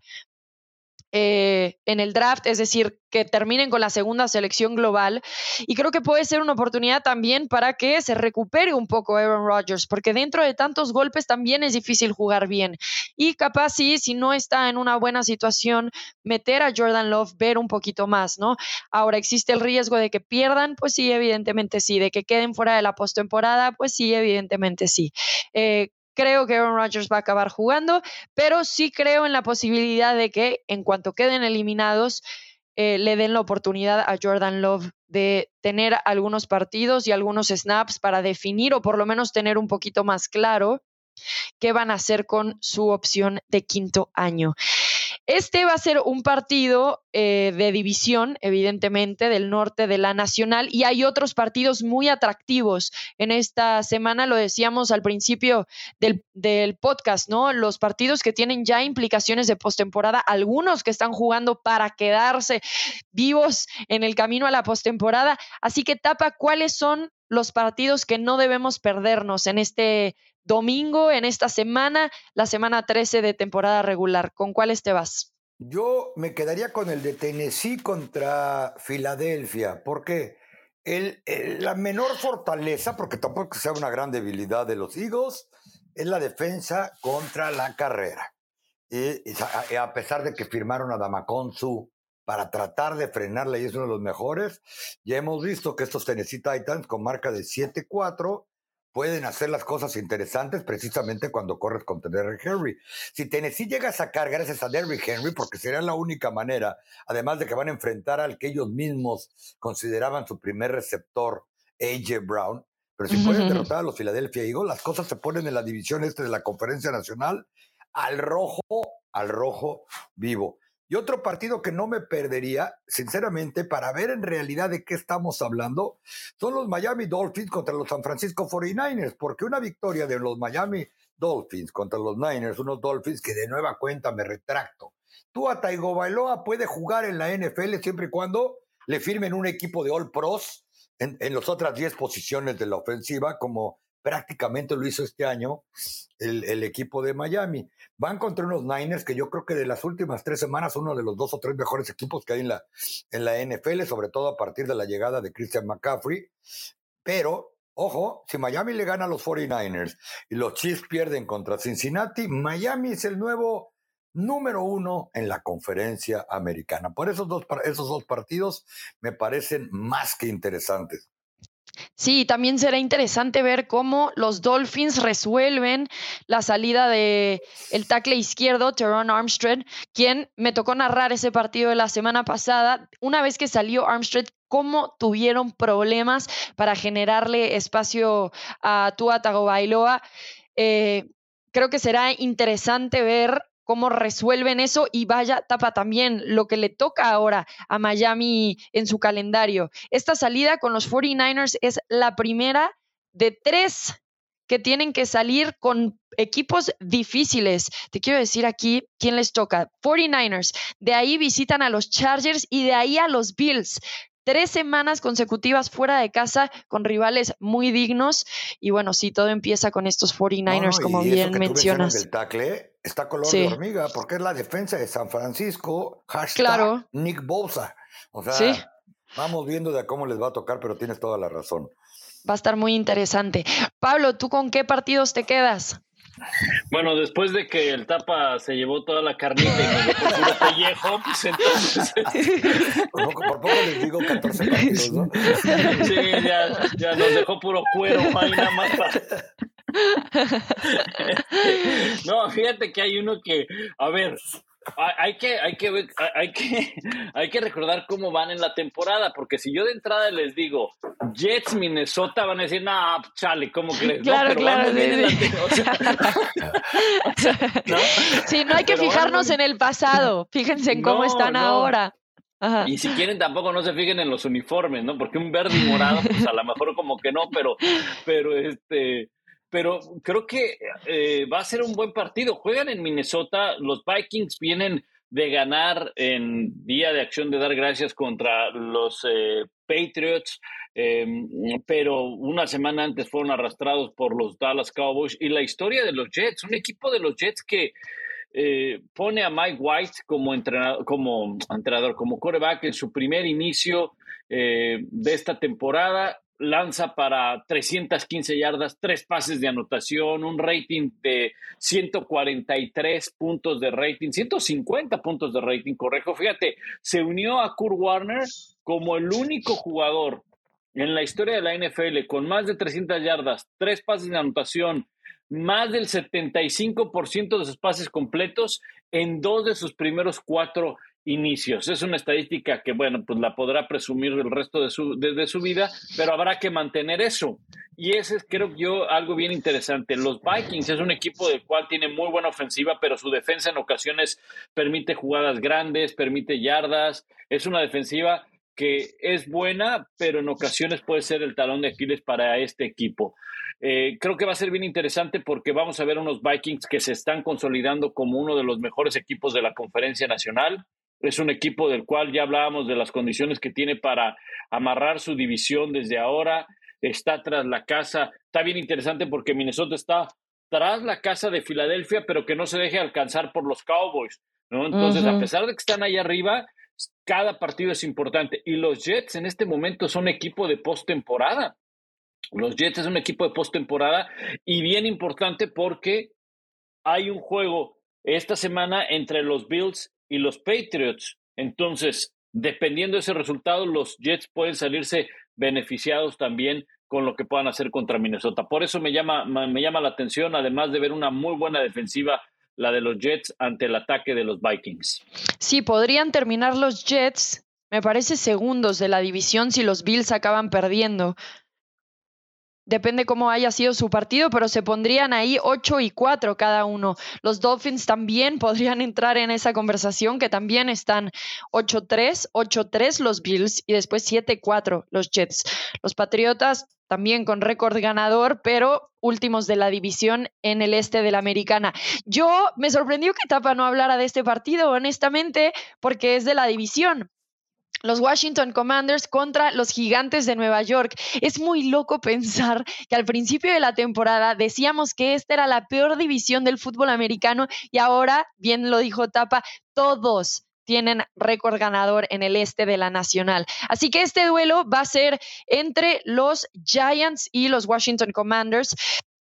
en el draft, es decir, que terminen con la segunda selección global. Y creo que puede ser una oportunidad también para que se recupere un poco Aaron Rodgers, porque dentro de tantos golpes también es difícil jugar bien. Y capaz sí, si no está en una buena situación, meter a Jordan Love, ver un poquito más, ¿no? Ahora, ¿existe el riesgo de que pierdan? Pues sí, evidentemente sí. ¿De que queden fuera de la postemporada? Pues sí, evidentemente sí. Creo que Aaron Rodgers va a acabar jugando, pero sí creo en la posibilidad de que en cuanto queden eliminados, le den la oportunidad a Jordan Love de tener algunos partidos y algunos snaps para definir o por lo menos tener un poquito más claro qué van a hacer con su opción de quinto año. Este va a ser un partido de división, evidentemente, del norte de la Nacional, y hay otros partidos muy atractivos en esta semana, lo decíamos al principio del podcast, ¿no? Los partidos que tienen ya implicaciones de postemporada, algunos que están jugando para quedarse vivos en el camino a la postemporada. Así que, Tapa, ¿cuáles son los partidos que no debemos perdernos en este domingo, en esta semana, la semana 13 de temporada regular? ¿Con cuáles te vas? Yo me quedaría con el de Tennessee contra Filadelfia, porque la menor fortaleza, porque tampoco sea una gran debilidad de los Eagles, es la defensa contra la carrera. Y a pesar de que firmaron a Ndamukong Suh para tratar de frenarla y es uno de los mejores, ya hemos visto que estos Tennessee Titans con marca de 7-4 pueden hacer las cosas interesantes precisamente cuando corres contra Derrick Henry. Si Tennessee llega a sacar gracias a Derrick Henry, porque sería la única manera, además de que van a enfrentar al que ellos mismos consideraban su primer receptor, A.J. Brown, Pero si pueden derrotar a los Philadelphia Eagles, las cosas se ponen en la división de la Conferencia Nacional al rojo vivo. Y otro partido que no me perdería, sinceramente, para ver en realidad de qué estamos hablando, son los Miami Dolphins contra los San Francisco 49ers, porque una victoria de los Miami Dolphins contra los Niners, unos Dolphins que de nueva cuenta me retracto. Tua Tagovailoa puede jugar en la NFL siempre y cuando le firmen un equipo de All Pros en las otras 10 posiciones de la ofensiva, como prácticamente lo hizo este año el equipo de Miami. Van contra unos Niners que yo creo que de las últimas 3 semanas uno de los 2 o 3 mejores equipos que hay en la NFL, sobre todo a partir de la llegada de Christian McCaffrey. Pero, ojo, si Miami le gana a los 49ers y los Chiefs pierden contra Cincinnati, Miami es el nuevo número 1 en la conferencia americana. Por esos dos partidos me parecen más que interesantes. Sí, también será interesante ver cómo los Dolphins resuelven la salida de el tackle izquierdo, Teron Armstead, quien me tocó narrar ese partido de la semana pasada. Una vez que salió Armstead, cómo tuvieron problemas para generarle espacio a Tua Tagovailoa. Creo que será interesante ver cómo resuelven eso y vaya tapa también lo que le toca ahora a Miami en su calendario. Esta salida con los 49ers es la primera de 3 que tienen que salir con equipos difíciles. Te quiero decir aquí quién les toca. 49ers, de ahí visitan a los Chargers y de ahí a los Bills. 3 semanas consecutivas fuera de casa con rivales muy dignos. Y bueno, sí, todo empieza con estos 49ers, como bien mencionas. Del tackle está color de hormiga, porque es la defensa de San Francisco, # Nick Bosa. O sea, vamos viendo de cómo les va a tocar, pero tienes toda la razón. Va a estar muy interesante. Pablo, ¿tú con qué partidos te quedas? Bueno, después de que el Tapa se llevó toda la carnita y nos dejó puro pellejo, pues entonces... Por poco les digo 14 partidos, ¿no? Sí, ya nos dejó puro cuero ahí nada más No, fíjate que hay uno que, a ver, hay que recordar cómo van en la temporada, porque si yo de entrada les digo Jets, Minnesota, van a decir, no, chale, ¿cómo crees? Claro, no, pero claro, vamos bien en la ¿no? Sí, no hay que fijarnos en el pasado, fíjense en cómo están ahora. Ajá. Y si quieren tampoco no se fijen en los uniformes, ¿no? Porque un verde y morado, pues a lo mejor como que no, pero creo que va a ser un buen partido. Juegan en Minnesota, los Vikings vienen de ganar en Día de Acción de Dar Gracias contra los Patriots, pero una semana antes fueron arrastrados por los Dallas Cowboys. Y la historia de los Jets, un equipo de los Jets que pone a Mike White como entrenador, como quarterback en su primer inicio de esta temporada. Lanza para 315 yardas, 3 pases de anotación, un rating de 143 puntos de rating, 150 puntos de rating, correcto. Fíjate, se unió a Kurt Warner como el único jugador en la historia de la NFL con más de 300 yardas, 3 pases de anotación, más del 75% de sus pases completos en 2 de sus primeros 4 inicios. Es una estadística que, bueno, pues la podrá presumir el resto de su vida, pero habrá que mantener eso. Y ese es, creo yo, algo bien interesante. Los Vikings es un equipo del cual tiene muy buena ofensiva, pero su defensa en ocasiones permite jugadas grandes, permite yardas. Es una defensiva que es buena, pero en ocasiones puede ser el talón de Aquiles para este equipo. Creo que va a ser bien interesante porque vamos a ver unos Vikings que se están consolidando como uno de los mejores equipos de la Conferencia Nacional. Es un equipo del cual ya hablábamos de las condiciones que tiene para amarrar su división desde ahora. Está tras la casa. Está bien interesante porque Minnesota está tras la casa de Filadelfia, pero que no se deje alcanzar por los Cowboys, ¿no? Entonces, a pesar de que están ahí arriba, cada partido es importante. Y los Jets en este momento son equipo de postemporada. Los Jets es un equipo de postemporada y bien importante porque hay un juego esta semana entre los Bills y los Patriots. Entonces, dependiendo de ese resultado, los Jets pueden salirse beneficiados también con lo que puedan hacer contra Minnesota. Por eso me llama la atención, además de ver una muy buena defensiva, la de los Jets ante el ataque de los Vikings. Sí, podrían terminar los Jets, me parece, segundos de la división si los Bills acaban perdiendo. Depende cómo haya sido su partido, pero se pondrían ahí 8-4 cada uno. Los Dolphins también podrían entrar en esa conversación, que también están 8-3 los Bills y después 7-4 los Jets. Los Patriotas también con récord ganador, pero últimos de la división en el este de la Americana. Yo me sorprendió que Tapa no hablara de este partido, honestamente, porque es de la división. Los Washington Commanders contra los Gigantes de Nueva York. Es muy loco pensar que al principio de la temporada decíamos que esta era la peor división del fútbol americano y ahora, bien lo dijo Tapa, todos tienen récord ganador en el este de la Nacional. Así que este duelo va a ser entre los Giants y los Washington Commanders.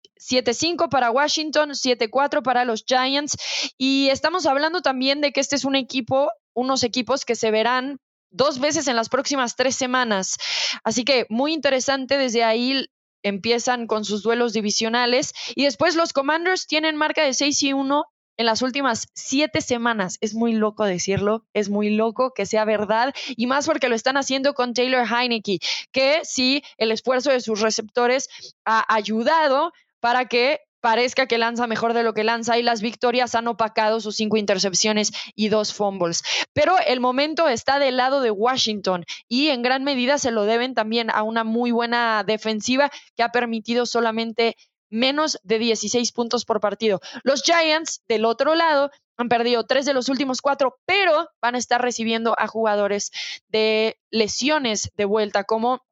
7-5 para Washington, 7-4 para los Giants. Y estamos hablando también de que este es unos equipos que se verán 2 veces en las próximas 3 semanas. Así que muy interesante, desde ahí empiezan con sus duelos divisionales y después los Commanders tienen marca de 6-1 en las últimas 7 semanas. Es muy loco decirlo, es muy loco que sea verdad y más porque lo están haciendo con Taylor Heinicke, que sí, el esfuerzo de sus receptores ha ayudado para que parezca que lanza mejor de lo que lanza y las victorias han opacado sus 5 intercepciones y 2 fumbles. Pero el momento está del lado de Washington y en gran medida se lo deben también a una muy buena defensiva que ha permitido solamente menos de 16 puntos por partido. Los Giants, del otro lado, han perdido 3 de los últimos 4, pero van a estar recibiendo a jugadores de lesiones de vuelta, como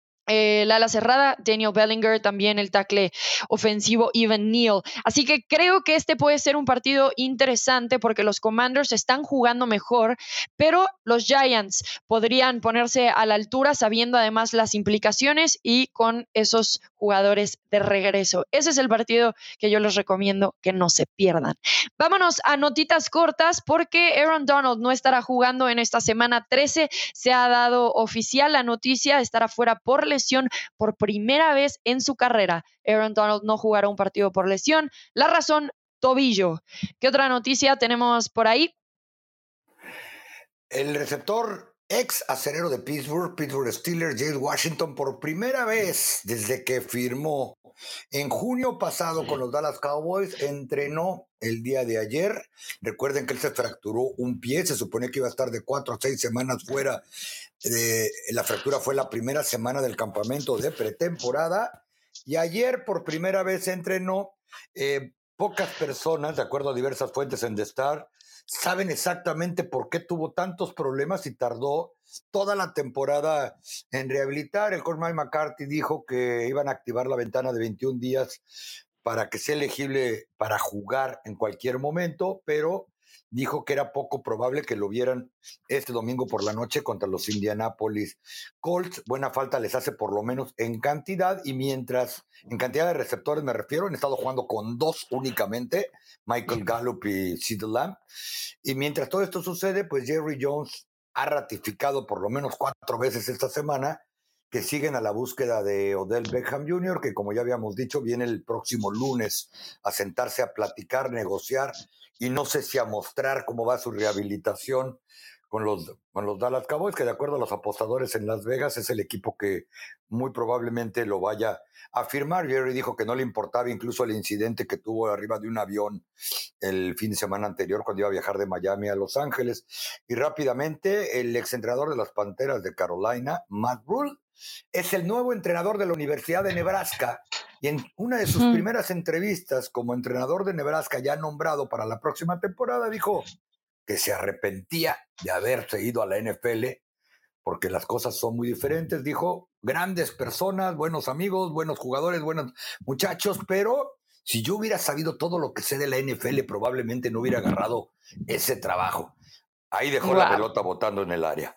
la ala cerrada, Daniel Bellinger, también el tackle ofensivo Evan Neal. Así que creo que este puede ser un partido interesante porque los Commanders están jugando mejor, pero los Giants podrían ponerse a la altura sabiendo además las implicaciones y con esos jugadores de regreso. Ese es el partido que yo les recomiendo que no se pierdan. Vámonos a notitas cortas porque Aaron Donald no estará jugando en esta semana 13. Se ha dado oficial la noticia, estará fuera por lesión por primera vez en su carrera. Aaron Donald no jugará un partido por lesión. La razón, tobillo. ¿Qué otra noticia tenemos por ahí? El receptor ex acerero de Pittsburgh Steelers, James Washington, por primera vez desde que firmó en junio pasado con los Dallas Cowboys, entrenó el día de ayer. Recuerden que él se fracturó un pie, se supone que iba a estar de 4 a 6 semanas fuera. La fractura fue la primera semana del campamento de pretemporada y ayer por primera vez entrenó. Pocas personas, de acuerdo a diversas fuentes en The Star, saben exactamente por qué tuvo tantos problemas y tardó toda la temporada en rehabilitar. El coach Mike McCarthy dijo que iban a activar la ventana de 21 días para que sea elegible para jugar en cualquier momento, pero dijo que era poco probable que lo vieran este domingo por la noche contra los Indianapolis Colts. Buena falta les hace por lo menos en cantidad, y mientras, en cantidad de receptores me refiero, han estado jugando con 2 únicamente, Michael Gallup y CeeDee Lamb. Y mientras todo esto sucede, pues Jerry Jones ha ratificado por lo menos 4 veces esta semana que siguen a la búsqueda de Odell Beckham Jr., que como ya habíamos dicho, viene el próximo lunes a sentarse a platicar, negociar, y no sé si a mostrar cómo va su rehabilitación con los Dallas Cowboys, que de acuerdo a los apostadores en Las Vegas es el equipo que muy probablemente lo vaya a firmar. Jerry dijo que no le importaba incluso el incidente que tuvo arriba de un avión el fin de semana anterior cuando iba a viajar de Miami a Los Ángeles. Y rápidamente, el exentrenador de las Panteras de Carolina, Matt Rhule, es el nuevo entrenador de la Universidad de Nebraska, y en una de sus primeras entrevistas como entrenador de Nebraska, ya nombrado para la próxima temporada, dijo que se arrepentía de haberse ido a la NFL porque las cosas son muy diferentes. Dijo, grandes personas, buenos amigos, buenos jugadores, buenos muchachos, pero si yo hubiera sabido todo lo que sé de la NFL, probablemente no hubiera agarrado ese trabajo. Ahí dejó la pelota botando en el área.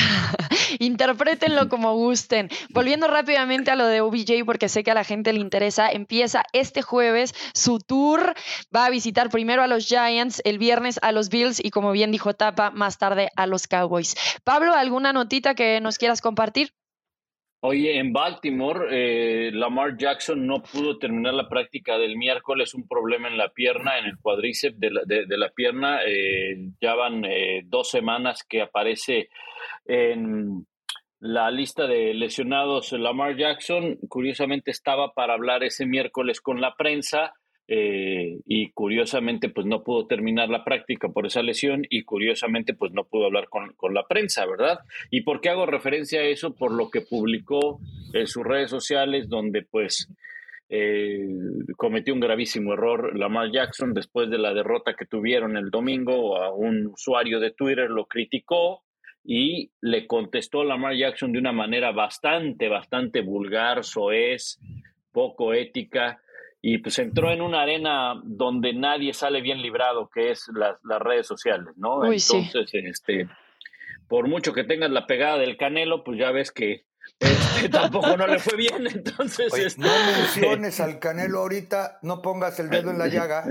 Interprétenlo como gusten. Volviendo rápidamente a lo de OBJ, porque sé que a la gente le interesa, empieza este jueves su tour. Va a visitar primero a los Giants, el viernes a los Bills y, como bien dijo Tapa, más tarde a los Cowboys. Pablo, ¿alguna notita que nos quieras compartir? Oye, en Baltimore, Lamar Jackson no pudo terminar la práctica del miércoles, un problema en la pierna, en el cuádriceps de la pierna. Ya van 2 semanas que aparece en la lista de lesionados. Lamar Jackson, curiosamente, estaba para hablar ese miércoles con la prensa y curiosamente pues no pudo terminar la práctica por esa lesión y curiosamente pues no pudo hablar con la prensa, ¿verdad? ¿Y por qué hago referencia a eso? Por lo que publicó en sus redes sociales, donde pues cometió un gravísimo error Lamar Jackson después de la derrota que tuvieron el domingo. A un usuario de Twitter lo criticó y le contestó a Lamar Jackson de una manera bastante vulgar, soez, poco ética, y pues entró en una arena donde nadie sale bien librado, que es las redes sociales, ¿no? Uy, entonces, sí. Por mucho que tengas la pegada del Canelo, pues ya ves que tampoco no le fue bien, entonces... Oye, no menciones al Canelo ahorita, no pongas el dedo en la llaga.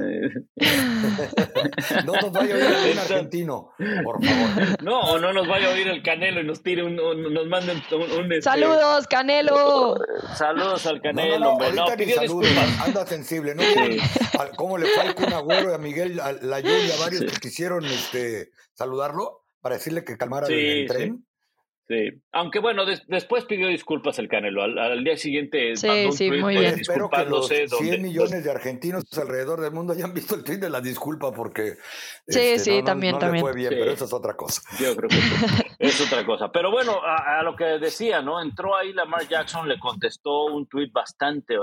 No nos vaya a oír algún argentino, por favor. No nos vaya a oír el Canelo y nos tire nos manden un ¡Saludos, Canelo! Saludos al Canelo, no, hombre. ahorita pidió disculpas. Anda sensible, ¿no? Sí. ¿Cómo le fue al Kun Agüero, a Miguel, a la Yuli, a varios que quisieron saludarlo para decirle que calmara el tren? Sí, aunque bueno, después pidió disculpas el Canelo. Al día siguiente mandó un tweet muy bien. Espero que los 100 millones de argentinos alrededor del mundo hayan visto el tweet de la disculpa porque también. Le fue bien, pero eso es otra cosa. Yo creo que es otra cosa. Pero bueno, a lo que decía, ¿no? Entró ahí Lamar Jackson, le contestó un tweet bastante,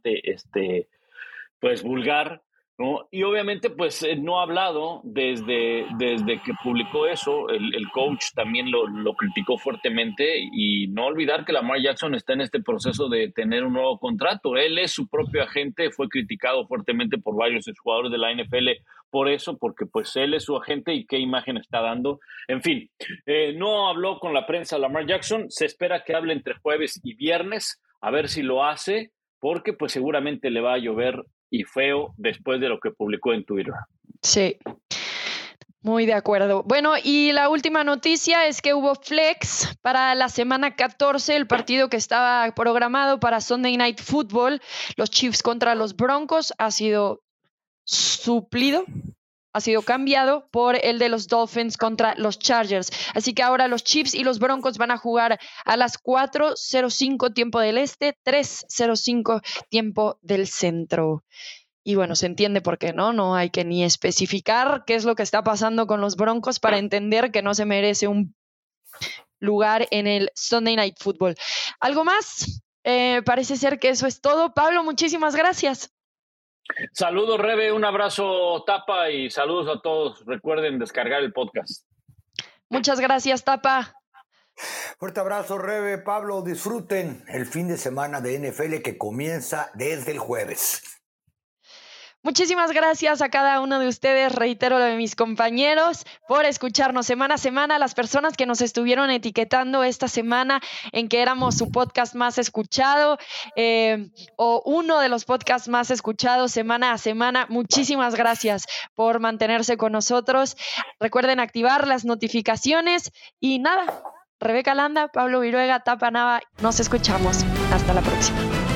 pues vulgar, ¿no? Y obviamente pues no ha hablado desde que publicó eso. El coach también lo criticó fuertemente, y no olvidar que Lamar Jackson está en este proceso de tener un nuevo contrato. Él es su propio agente, fue criticado fuertemente por varios jugadores de la NFL por eso, porque pues él es su agente y qué imagen está dando. En fin, no habló con la prensa Lamar Jackson. Se espera que hable entre jueves y viernes, a ver si lo hace, porque pues seguramente le va a llover y feo después de lo que publicó en Twitter. Sí, muy de acuerdo. Bueno, y la última noticia es que hubo flex para la semana 14, el partido que estaba programado para Sunday Night Football, los Chiefs contra los Broncos, ha sido suplido, ha sido cambiado por el de los Dolphins contra los Chargers. Así que ahora los Chiefs y los Broncos van a jugar a las 4:05 tiempo del este, 3:05 tiempo del centro. Y bueno, se entiende por qué, ¿no? No hay que ni especificar qué es lo que está pasando con los Broncos para entender que no se merece un lugar en el Sunday Night Football. ¿Algo más? Parece ser que eso es todo. Pablo, muchísimas gracias. Saludos, Rebe, un abrazo, Tapa, y saludos a todos. Recuerden descargar el podcast. Muchas gracias, Tapa. Fuerte abrazo, Rebe, Pablo, disfruten el fin de semana de NFL que comienza desde el jueves. Muchísimas gracias a cada uno de ustedes, reitero, de mis compañeros, por escucharnos semana a semana, las personas que nos estuvieron etiquetando esta semana en que éramos su podcast más escuchado o uno de los podcasts más escuchados semana a semana. Muchísimas gracias por mantenerse con nosotros. Recuerden activar las notificaciones y nada, Rebeca Landa, Pablo Viruega, Tapa Nava, nos escuchamos. Hasta la próxima.